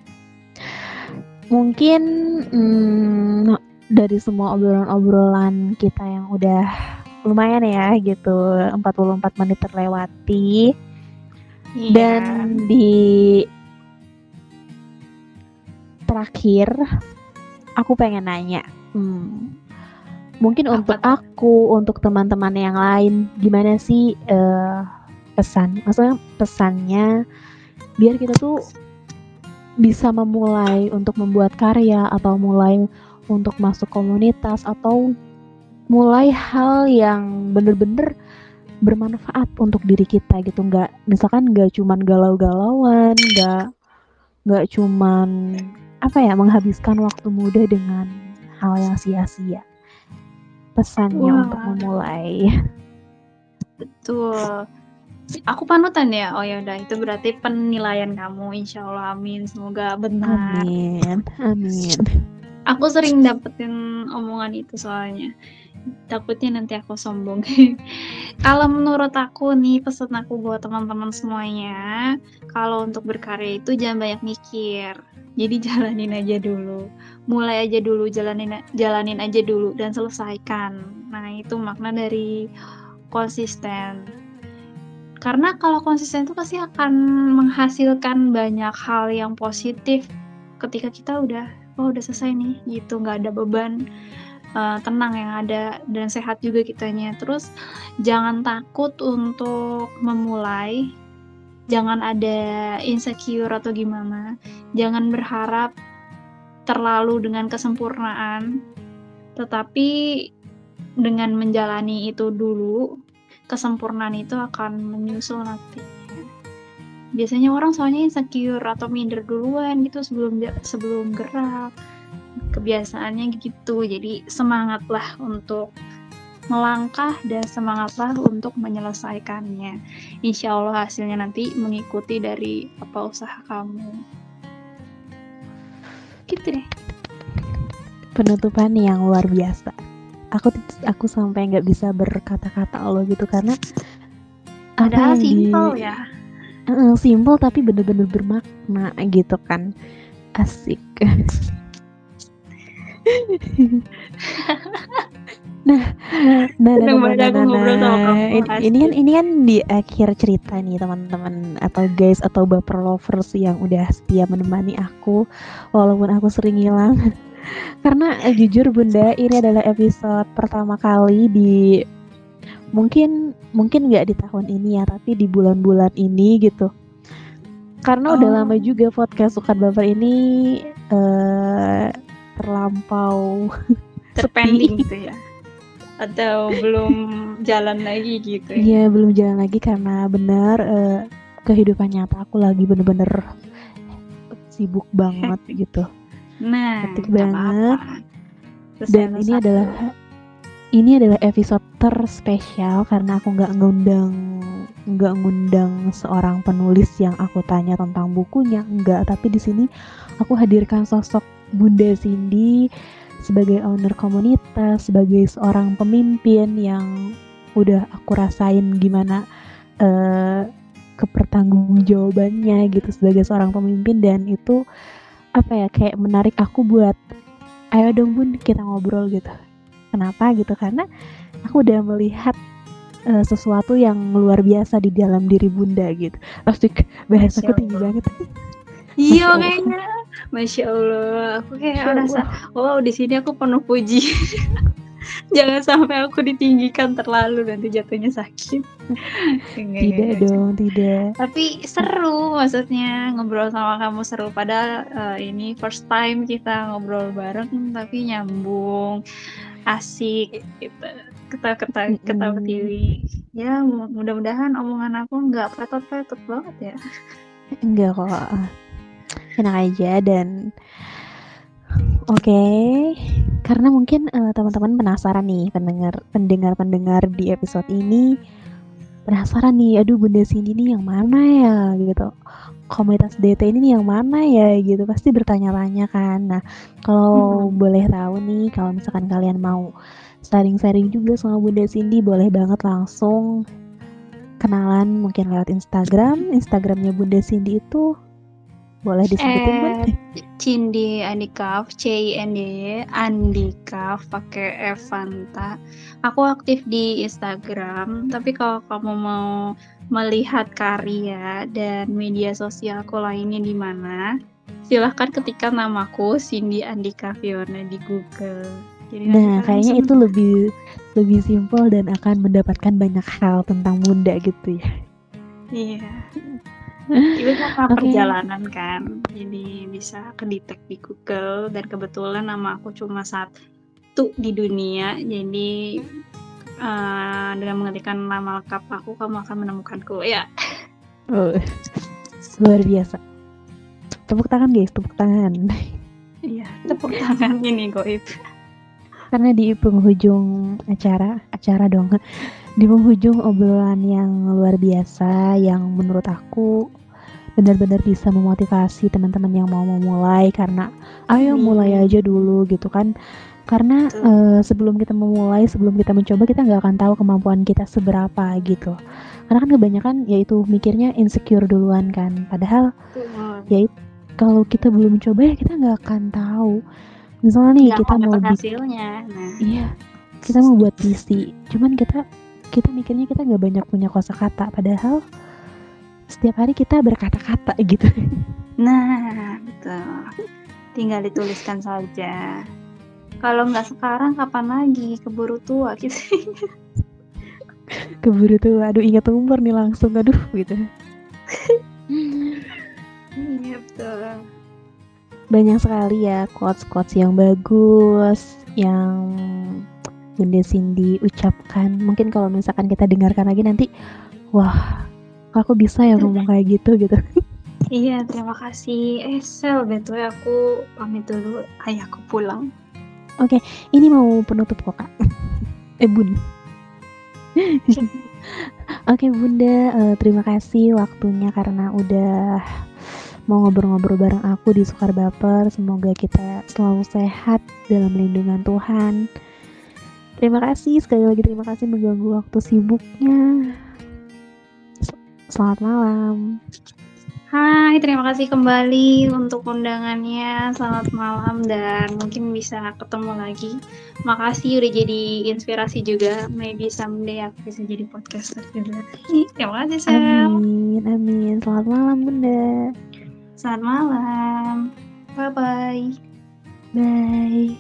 Mungkin hmm, dari semua obrolan-obrolan kita yang udah lumayan ya gitu, empat puluh empat menit terlewati. Iya. Dan di terakhir aku pengen nanya, hmm, mungkin Apa untuk tuh? aku, untuk teman-teman yang lain, gimana sih uh, pesan, maksudnya pesannya biar kita tuh bisa memulai untuk membuat karya atau mulai untuk masuk komunitas atau mulai hal yang bener-bener bermanfaat untuk diri kita gitu. Nggak, misalkan nggak cuman galau-galauan, nggak nggak cuman apa ya, menghabiskan waktu muda dengan hal yang sia-sia. Pesannya Wah. untuk memulai. Betul. Aku panutan ya. Oh ya udah, itu berarti penilaian kamu. Insya Allah, amin. Semoga benar. Amin, amin. Aku sering dapetin omongan itu soalnya. Takutnya nanti aku sombong. Kalau menurut aku nih, pesan aku buat teman-teman semuanya, kalau untuk berkarya itu jangan banyak mikir. Jadi jalanin aja dulu. Mulai aja dulu, jalanin jalanin aja dulu dan selesaikan. Nah, itu makna dari konsisten. Karena kalau konsisten itu pasti akan menghasilkan banyak hal yang positif ketika kita udah oh udah selesai nih gitu, nggak ada beban, uh, tenang yang ada dan sehat juga kitanya. Terus jangan takut untuk memulai, jangan ada insecure atau gimana, jangan berharap terlalu dengan kesempurnaan, tetapi dengan menjalani itu dulu, kesempurnaan itu akan menyusul nanti. Biasanya orang soalnya insecure atau minder duluan gitu sebelum sebelum gerak. Kebiasaannya gitu. Jadi semangatlah untuk melangkah dan semangatlah untuk menyelesaikannya. Insya Allah hasilnya nanti mengikuti dari apa usaha kamu. Gitu deh. Penutupan yang luar biasa. Aku aku sampai nggak bisa berkata-kata Allah gitu karena padahal simpel di... ya. Uh, simple tapi bener-bener bermakna gitu kan. Asik. nah, nah, nah, nah, nah, nah, nah. Ini kan ini kan di akhir cerita nih teman-teman atau guys atau baper lovers yang udah setia menemani aku walaupun aku sering hilang. Karena eh, jujur Bunda, ini adalah episode pertama kali di mungkin mungkin nggak di tahun ini ya, tapi di bulan-bulan ini gitu. Karena oh. udah lama juga podcast Sukar Baper ini uh, terlampau terpending gitu ya, atau belum jalan lagi gitu. Iya, belum jalan lagi karena benar uh, kehidupan nyata aku lagi bener-bener sibuk banget gitu. Nah, Ketik banget. Dan ini adalah ini adalah episode terspesial karena aku nggak ngundang nggak ngundang seorang penulis yang aku tanya tentang bukunya, enggak. Tapi di sini aku hadirkan sosok Bunda Cindy sebagai owner komunitas, sebagai seorang pemimpin yang udah aku rasain gimana uh, kepertanggungjawabannya gitu sebagai seorang pemimpin, dan itu apa ya kayak menarik aku buat ayo dong Bun kita ngobrol gitu. Kenapa gitu? Karena aku udah melihat uh, sesuatu yang luar biasa di dalam diri Bunda gitu. Asik, bahasaku tinggi banget. Iya kayaknya. Masya Allah, aku kayak merasa wow di sini aku penuh puji. Jangan sampai aku ditinggikan terlalu nanti jatuhnya sakit. Tidak dong, tidak. Tapi seru, maksudnya ngobrol sama kamu seru. Padahal uh, ini first time kita ngobrol bareng, tapi nyambung, asik gitu. Ketawa-ketawa ketawa tiwi. Ya mudah-mudahan omongan aku nggak petot-petot banget ya. Enggak kok, enak aja. Dan oke, okay. Karena mungkin uh, teman-teman penasaran nih, pendengar pendengar-pendengar di episode ini penasaran nih, aduh Bunda Cindy ini yang mana ya gitu, komunitas D T ini yang mana ya gitu, pasti bertanya-tanya kan. Nah kalau hmm. boleh tahu nih, kalau misalkan kalian mau sharing-sharing juga sama Bunda Cindy, boleh banget langsung kenalan mungkin lewat Instagram. Instagramnya Bunda Cindy itu boleh disebutin Bun? Eh, Cindy Andikaf, C I N D Y Andikaf pakai F Fanta. Aku aktif di Instagram, tapi kalau kamu mau melihat karya dan media sosial aku lainnya di mana, silahkan ketikkan namaku Cindy Andika Fiona di Google. Jadi nah, kayaknya itu lebih lebih simpel dan akan mendapatkan banyak hal tentang Bunda gitu ya. Iya. Itu sama okay. Perjalanan kan, jadi bisa kedetek di Google, dan kebetulan nama aku cuma satu di dunia, jadi uh, dengan mengetikkan nama lengkap aku, kamu akan menemukanku ya. Oh, luar biasa. Tepuk tangan guys, tepuk tangan. Iya, tepuk tangan ini goib. Karena di penghujung acara, acara dong. Di penghujung obrolan yang luar biasa, yang menurut aku benar-benar bisa memotivasi teman-teman yang mau memulai, karena ayo mulai aja dulu gitu kan. Karena uh, sebelum kita memulai, sebelum kita mencoba, kita nggak akan tahu kemampuan kita seberapa gitu. Karena kan kebanyakan yaitu mikirnya insecure duluan kan. Padahal ya kalau kita belum mencoba ya kita nggak akan tahu. Misalnya nih gak kita mau hasilnya. Nah. Iya, kita mau buat P C, cuman kita kita mikirnya kita nggak banyak punya kosakata, padahal setiap hari kita berkata-kata gitu. Nah, betul. Tinggal dituliskan saja. Kalau nggak sekarang, kapan lagi? Keburu tua gitu. Keburu tua, aduh ingat umur nih langsung, aduh gitu. Iya betul. Banyak sekali ya quotes-quotes yang bagus yang Bunda Cindy ucapkan. Mungkin kalau misalkan kita dengarkan lagi nanti, wah, aku bisa ya ngomong kayak gitu gitu. Iya, terima kasih. Eh, Sel, betul aku pamit dulu. Ayahku pulang. Oke, ini mau penutup kok, Kak. eh, Bun. Oke, Bunda, uh, terima kasih waktunya karena udah mau ngobrol-ngobrol bareng aku di Sukar Baper. Semoga kita selalu sehat dalam lindungan Tuhan. Terima kasih, sekali lagi terima kasih mengganggu waktu sibuknya. Selamat malam. Hai, terima kasih kembali untuk undangannya. Selamat malam dan mungkin bisa ketemu lagi. Makasih udah jadi inspirasi juga. Maybe someday aku bisa jadi podcaster juga. Terima kasih, Sel. Amin, amin. Selamat malam, Bunda. Selamat malam. Bye-bye. Bye.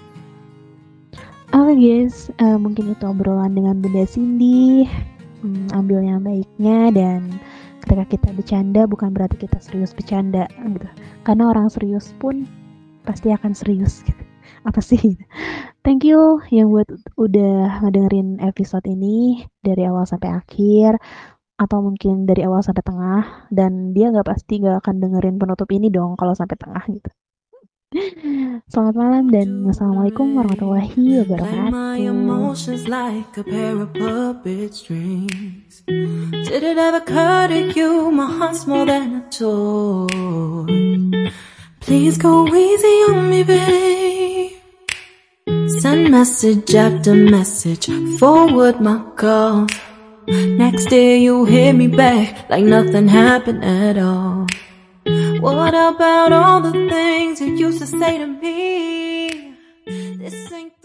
Oke okay guys, uh, mungkin itu obrolan dengan Bunda Cindy. Hmm, ambil yang baiknya, dan ketika kita bercanda bukan berarti kita serius bercanda gitu. Karena orang serius pun pasti akan serius gitu. Apa sih? Thank you yang buat udah ngedengerin episode ini dari awal sampai akhir, atau mungkin dari awal sampai tengah, dan dia nggak pasti nggak akan dengerin penutup ini dong kalau sampai tengah gitu. Selamat malam dan wassalamualaikum warahmatullahi wabarakatuh. My emotions like a pair of puppet strings. Did it ever occur to you my heart's more than a toy? Please go easy on me, babe. Send message after message, forward my call. Next day you hit me back like nothing happened at all. What about all the things you used to say to me? This ain't